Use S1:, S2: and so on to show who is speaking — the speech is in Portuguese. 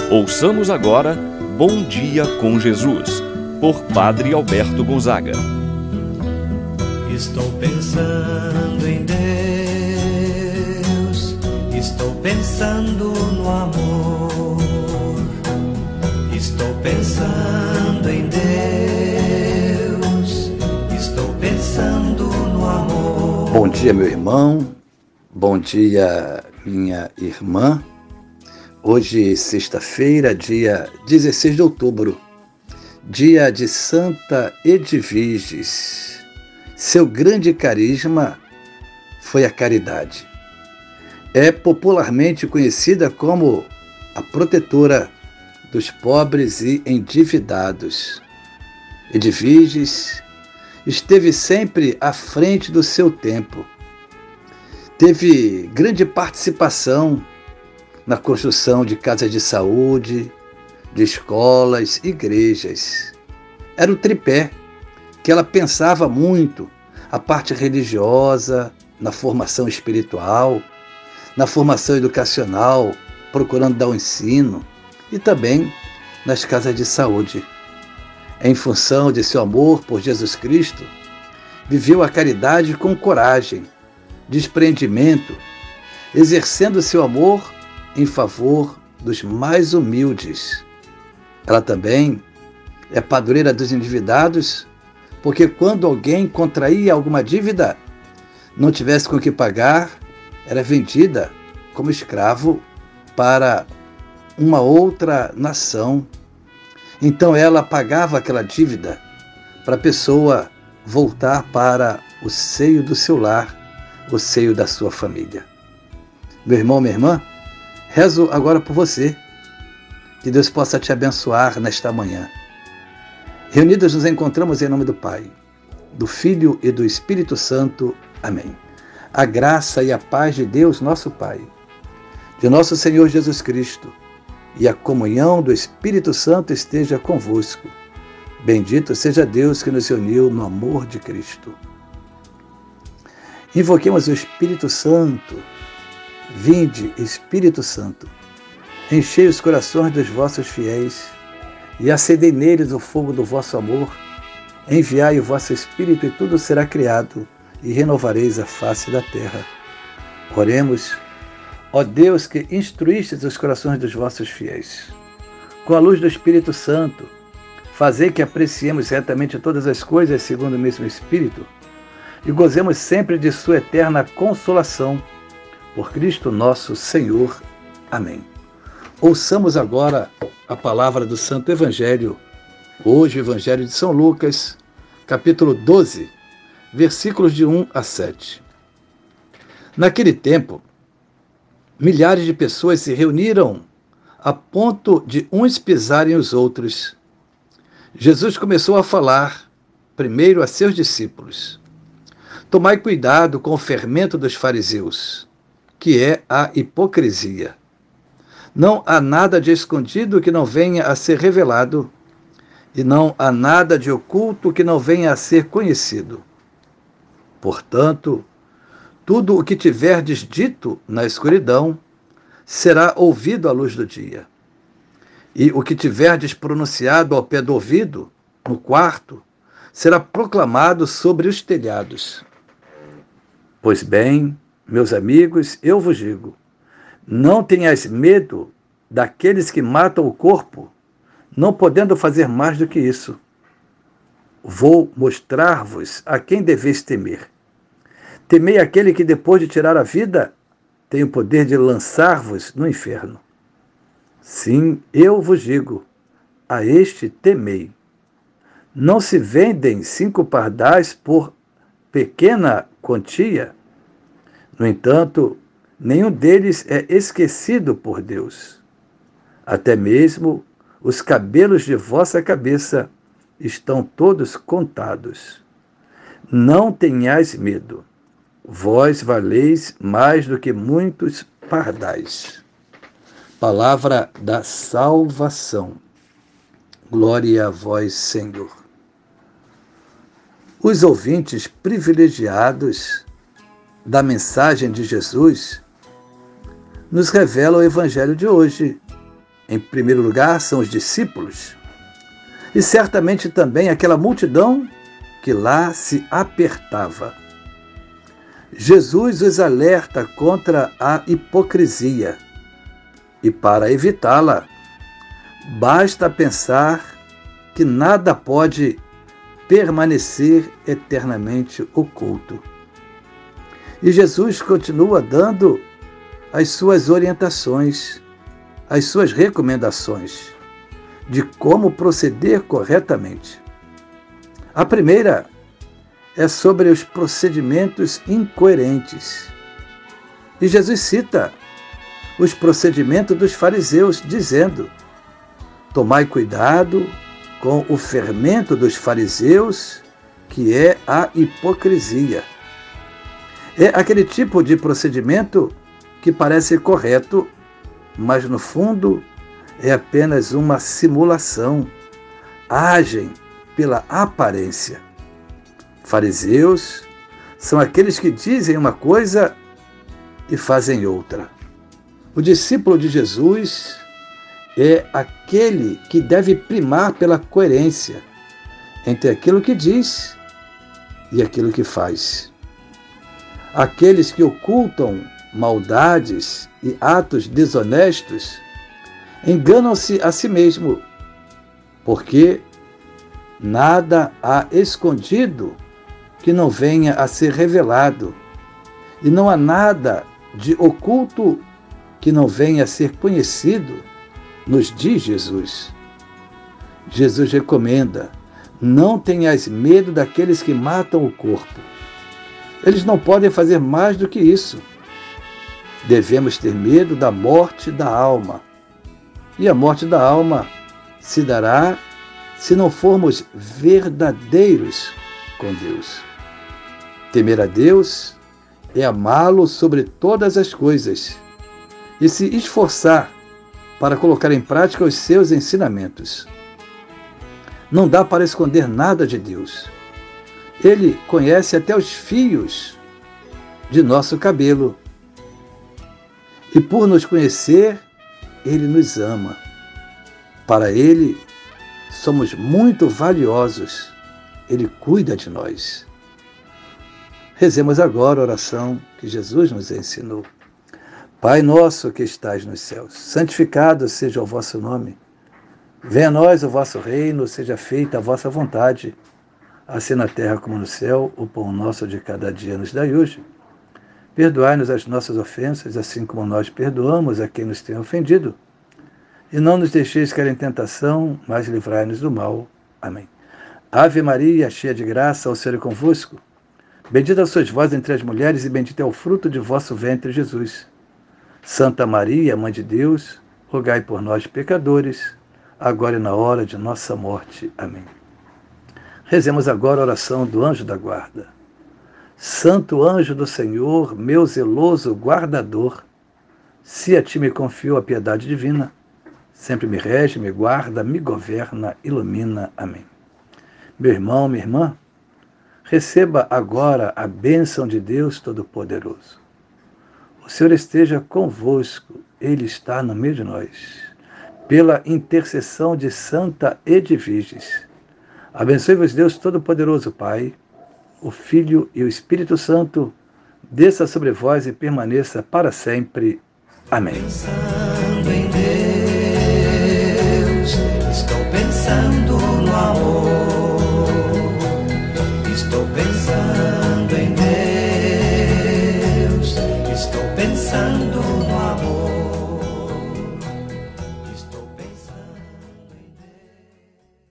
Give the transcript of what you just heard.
S1: Ouçamos agora Bom Dia com Jesus, por Padre Alberto Gonzaga.
S2: Estou pensando em Deus, estou pensando no amor, estou pensando em Deus, estou pensando no amor.
S3: Bom dia, meu irmão, bom dia, minha irmã. Hoje, sexta-feira, dia 16 de outubro, dia de Santa Edviges. Seu grande carisma foi a caridade. É popularmente conhecida como a protetora dos pobres e endividados. Edviges esteve sempre à frente do seu tempo. Teve grande participação na construção de casas de saúde, de escolas, igrejas. Era o tripé que ela pensava muito, a parte religiosa, na formação espiritual, na formação educacional, procurando dar o ensino, e também nas casas de saúde. Em função de seu amor por Jesus Cristo, viveu a caridade com coragem, desprendimento, exercendo seu amor em favor dos mais humildes. Ela também é padroeira dos endividados, porque quando alguém contraía alguma dívida, não tivesse com o que pagar, era vendida como escravo para uma outra nação. Então ela pagava aquela dívida para a pessoa voltar para o seio do seu lar, o seio da sua família. Meu irmão, minha irmã, rezo agora por você, que Deus possa te abençoar nesta manhã. Reunidos nos encontramos em nome do Pai, do Filho e do Espírito Santo. Amém. A graça e a paz de Deus, nosso Pai, de nosso Senhor Jesus Cristo, e a comunhão do Espírito Santo esteja convosco. Bendito seja Deus que nos uniu no amor de Cristo. Invoquemos o Espírito Santo. Vinde, Espírito Santo, enchei os corações dos vossos fiéis e acendei neles o fogo do vosso amor. Enviai o vosso Espírito e tudo será criado e renovareis a face da terra. Oremos. Ó Deus, que instruístes os corações dos vossos fiéis, com a luz do Espírito Santo, fazei que apreciemos retamente todas as coisas segundo o mesmo Espírito e gozemos sempre de sua eterna consolação. Por Cristo nosso Senhor. Amém. Ouçamos agora a palavra do Santo Evangelho. Hoje o Evangelho de São Lucas, capítulo 12, versículos de 1 a 7. Naquele tempo, milhares de pessoas se reuniram a ponto de uns pisarem os outros. Jesus começou a falar, primeiro a seus discípulos: tomai cuidado com o fermento dos fariseus, que é a hipocrisia. Não há nada de escondido que não venha a ser revelado, e não há nada de oculto que não venha a ser conhecido. Portanto, tudo o que tiverdes dito na escuridão será ouvido à luz do dia. E o que tiverdes pronunciado ao pé do ouvido, no quarto, será proclamado sobre os telhados. Pois bem, meus amigos, eu vos digo, não tenhais medo daqueles que matam o corpo, não podendo fazer mais do que isso. Vou mostrar-vos a quem deveis temer. Temei aquele que, depois de tirar a vida, tem o poder de lançar-vos no inferno. Sim, eu vos digo, a este temei. Não se vendem 5 pardais por pequena quantia? No entanto, nenhum deles é esquecido por Deus. Até mesmo os cabelos de vossa cabeça estão todos contados. Não tenhais medo. Vós valeis mais do que muitos pardais. Palavra da salvação. Glória a vós, Senhor. Os ouvintes privilegiados da mensagem de Jesus nos revela o Evangelho de hoje, Em primeiro lugar, são os discípulos, e certamente também aquela multidão que lá se apertava. Jesus os alerta contra a hipocrisia, e para evitá-la, basta pensar que nada pode permanecer eternamente oculto. E Jesus continua dando as suas orientações, as suas recomendações de como proceder corretamente. A primeira é sobre os procedimentos incoerentes. E Jesus cita os procedimentos dos fariseus, dizendo: tomai cuidado com o fermento dos fariseus, que é a hipocrisia. É aquele tipo de procedimento que parece correto, mas no fundo é apenas uma simulação. Agem pela aparência. Fariseus são aqueles que dizem uma coisa e fazem outra. O discípulo de Jesus é aquele que deve primar pela coerência entre aquilo que diz e aquilo que faz. Aqueles que ocultam maldades e atos desonestos enganam-se a si mesmo, porque nada há escondido que não venha a ser revelado, e não há nada de oculto que não venha a ser conhecido, nos diz Jesus. Jesus recomenda: não tenhais medo daqueles que matam o corpo. Eles não podem fazer mais do que isso. Devemos ter medo da morte da alma. E a morte da alma se dará se não formos verdadeiros com Deus. Temer a Deus é amá-lo sobre todas as coisas e se esforçar para colocar em prática os seus ensinamentos. Não dá para esconder nada de Deus. Ele conhece até os fios de nosso cabelo. E por nos conhecer, Ele nos ama. Para Ele, somos muito valiosos. Ele cuida de nós. Rezemos agora a oração que Jesus nos ensinou. Pai nosso que estais nos céus, santificado seja o vosso nome. Venha a nós o vosso reino, seja feita a vossa vontade, assim na terra como no céu. O pão nosso de cada dia nos dai hoje. Perdoai-nos as nossas ofensas, assim como nós perdoamos a quem nos tem ofendido. E não nos deixeis cair em tentação, mas livrai-nos do mal. Amém. Ave Maria, cheia de graça, o Senhor é convosco. Bendita sois vós entre as mulheres, e bendito é o fruto de vosso ventre, Jesus. Santa Maria, Mãe de Deus, rogai por nós, pecadores, agora e na hora de nossa morte. Amém. Rezemos agora a oração do anjo da guarda. Santo anjo do Senhor, meu zeloso guardador, se a ti me confio a piedade divina, sempre me rege, me guarda, me governa, ilumina. Amém. Meu irmão, minha irmã, receba agora a bênção de Deus Todo-Poderoso. O Senhor esteja convosco, Ele está no meio de nós. Pela intercessão de Santa Edviges, abençoe-vos Deus Todo-Poderoso, Pai, o Filho e o Espírito Santo, desça sobre vós e permaneça para sempre. Amém.
S2: Pensando em Deus, estou pensando no amor, estou pensando